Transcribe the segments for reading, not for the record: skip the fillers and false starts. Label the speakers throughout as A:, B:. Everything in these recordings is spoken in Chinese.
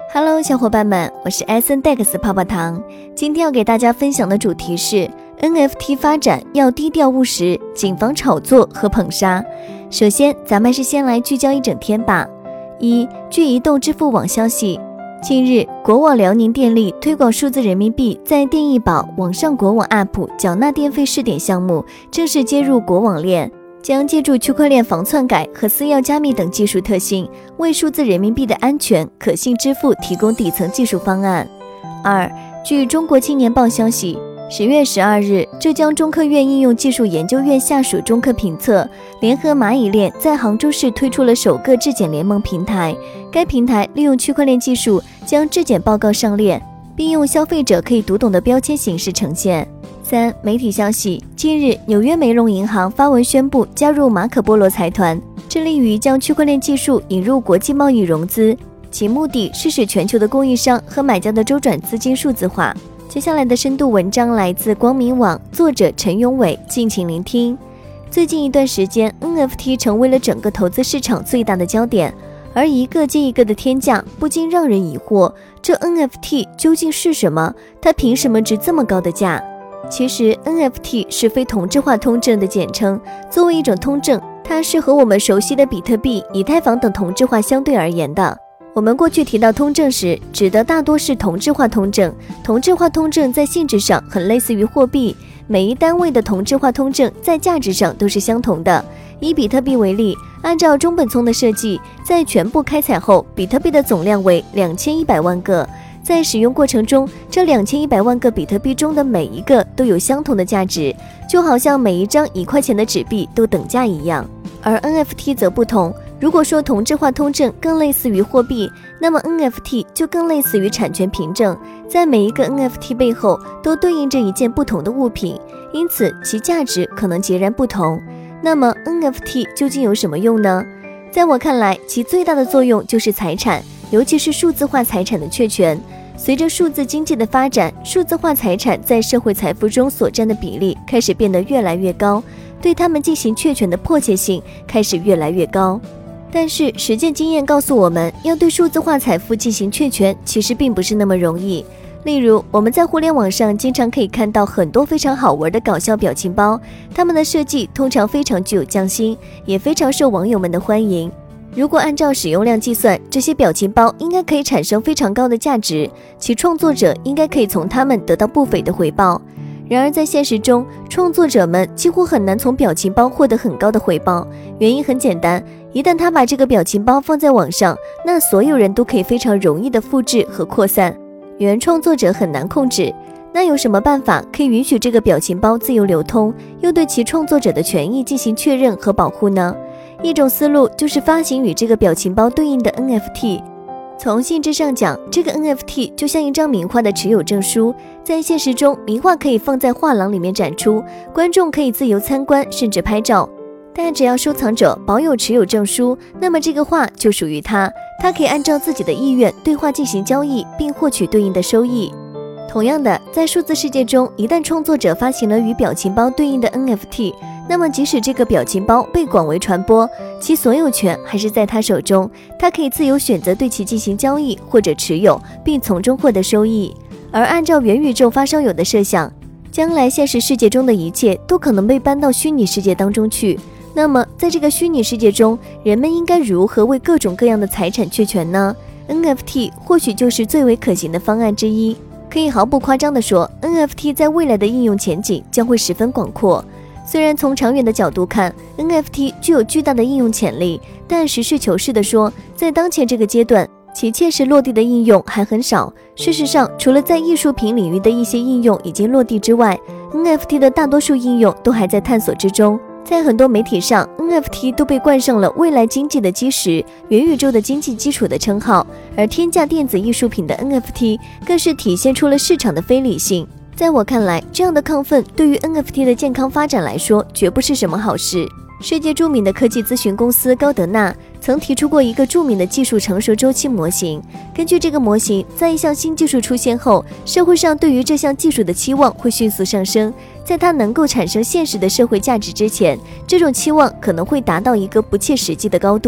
A: Hello， 小伙伴们，我是艾森 Dex 泡泡糖。今天要给大家分享的主题是 NFT 发展要低调务实，谨防炒作和捧杀。首先，咱们还是先来聚焦一整天吧。据移动支付网消息，近日，国网辽宁电力推广数字人民币在电易宝网上国网 App 缴纳电费试点项目正式接入国网链，将借助区块链防篡改和私钥加密等技术特性，为数字人民币的安全可信支付提供底层技术方案。据中国青年报消息，10月12日，浙江中科院应用技术研究院下属中科评测联合蚂蚁链在杭州市推出了首个质检联盟平台。该平台利用区块链技术将质检报告上链，并用消费者可以读懂的标签形式呈现。媒体消息，近日纽约梅隆银行发文宣布加入马可波罗财团，致力于将区块链技术引入国际贸易融资，其目的是使全球的供应商和买家的周转资金数字化。接下来的深度文章来自光明网，作者陈永伟，敬请聆听。最近一段时间 NFT 成为了整个投资市场最大的焦点，而一个接一个的天价不禁让人疑惑，这 NFT 究竟是什么？它凭什么值这么高的价？其实 NFT 是非同质化通证的简称，作为一种通证，它是和我们熟悉的比特币、以太坊等同质化相对而言的。我们过去提到通证时，指的大多是同质化通证。同质化通证在性质上很类似于货币，每一单位的同质化通证在价值上都是相同的。以比特币为例，按照中本聪的设计，在全部开采后，比特币的总量为2100万个。在使用过程中，这2100万个比特币中的每一个都有相同的价值，就好像每一张1块钱的纸币都等价一样。而 NFT 则不同，如果说同质化通证更类似于货币，那么 NFT 就更类似于产权凭证，在每一个 NFT 背后都对应着一件不同的物品，因此其价值可能截然不同。那么 NFT 究竟有什么用呢？在我看来，其最大的作用就是财产，尤其是数字化财产的确权。随着数字经济的发展，数字化财产在社会财富中所占的比例开始变得越来越高，对他们进行确权的迫切性开始越来越高。但是实践经验告诉我们，要对数字化财富进行确权其实并不是那么容易。例如，我们在互联网上经常可以看到很多非常好玩的搞笑表情包，它们的设计通常非常具有匠心，也非常受网友们的欢迎。如果按照使用量计算，这些表情包应该可以产生非常高的价值，其创作者应该可以从它们得到不菲的回报。然而在现实中，创作者们几乎很难从表情包获得很高的回报，原因很简单，一旦他把这个表情包放在网上，那所有人都可以非常容易的复制和扩散，原创作者很难控制。那有什么办法可以允许这个表情包自由流通，又对其创作者的权益进行确认和保护呢？一种思路就是发行与这个表情包对应的 NFT。 从性质上讲，这个 NFT 就像一张名画的持有证书，在现实中，名画可以放在画廊里面展出，观众可以自由参观甚至拍照，但只要收藏者保有持有证书，那么这个画就属于他，他可以按照自己的意愿对画进行交易，并获取对应的收益。同样的，在数字世界中，一旦创作者发行了与表情包对应的 NFT， 那么即使这个表情包被广为传播，其所有权还是在他手中，他可以自由选择对其进行交易或者持有，并从中获得收益。而按照元宇宙发烧友的设想，将来现实世界中的一切都可能被搬到虚拟世界当中去，那么在这个虚拟世界中，人们应该如何为各种各样的财产确权呢？ NFT 或许就是最为可行的方案之一。可以毫不夸张地说， NFT 在未来的应用前景将会十分广阔。虽然从长远的角度看， NFT 具有巨大的应用潜力，但实事求是地说，在当前这个阶段，其切实落地的应用还很少。事实上，除了在艺术品领域的一些应用已经落地之外， NFT 的大多数应用都还在探索之中。在很多媒体上， NFT 都被冠上了未来经济的基石、元宇宙的经济基础的称号，而天价电子艺术品的 NFT 更是体现出了市场的非理性。在我看来，这样的亢奋对于 NFT 的健康发展来说绝不是什么好事。世界著名的科技咨询公司高德纳曾提出过一个著名的技术成熟周期模型。根据这个模型，在一项新技术出现后，社会上对于这项技术的期望会迅速上升，在它能够产生现实的社会价值之前，这种期望可能会达到一个不切实际的高度。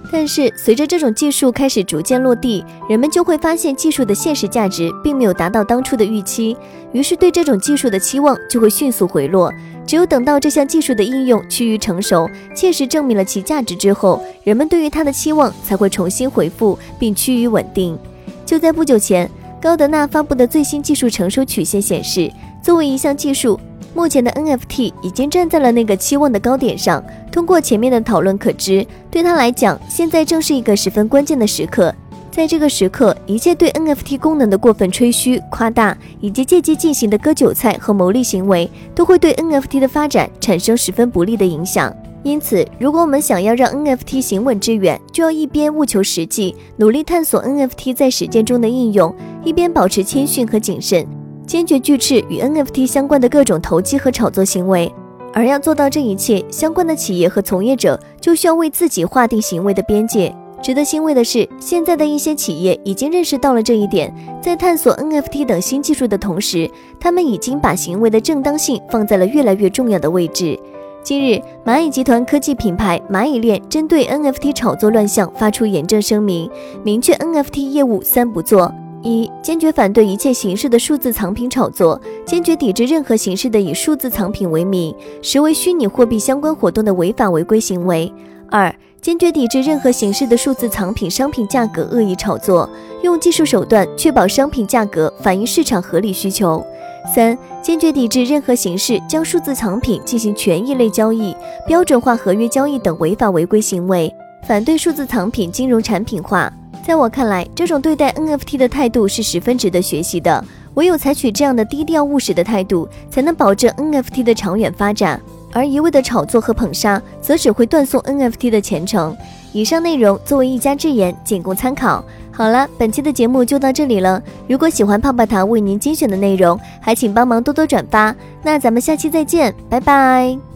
A: 但是随着这种技术开始逐渐落地，人们就会发现技术的现实价值并没有达到当初的预期，于是对这种技术的期望就会迅速回落。只有等到这项技术的应用趋于成熟，切实证明了其价值之后，人们对于它的期望才会重新回复并趋于稳定。就在不久前，高德纳发布的最新技术成熟曲线显示，作为一项技术，目前的 NFT 已经站在了那个期望的高点上。通过前面的讨论可知，对他来讲，现在正是一个十分关键的时刻。在这个时刻，一切对 NFT 功能的过分吹嘘、夸大，以及借机进行的割韭菜和牟利行为，都会对 NFT 的发展产生十分不利的影响。因此，如果我们想要让 NFT 行稳致远，就要一边务求实际，努力探索 NFT 在实践中的应用，一边保持谦逊和谨慎，坚决拒斥与 NFT 相关的各种投机和炒作行为。而要做到这一切，相关的企业和从业者就需要为自己划定行为的边界。值得欣慰的是，现在的一些企业已经认识到了这一点，在探索 NFT 等新技术的同时，他们已经把行为的正当性放在了越来越重要的位置。近日，蚂蚁集团科技品牌蚂蚁链针对 NFT 炒作乱象发出严正声明，明确 NFT 业务三不做：一、坚决反对一切形式的数字藏品炒作，坚决抵制任何形式的以数字藏品为名，实为虚拟货币相关活动的违法违规行为；二、坚决抵制任何形式的数字藏品商品价格恶意炒作，用技术手段确保商品价格反映市场合理需求；三、坚决抵制任何形式将数字藏品进行权益类交易、标准化合约交易等违法违规行为，反对数字藏品金融产品化。在我看来，这种对待 NFT 的态度是十分值得学习的。唯有采取这样的低调务实的态度，才能保证 NFT 的长远发展。而一味的炒作和捧杀，则只会断送 NFT 的前程。以上内容作为一家之言，仅供参考。好了，本期的节目就到这里了。如果喜欢泡泡糖为您精选的内容，还请帮忙多多转发。那咱们下期再见，拜拜。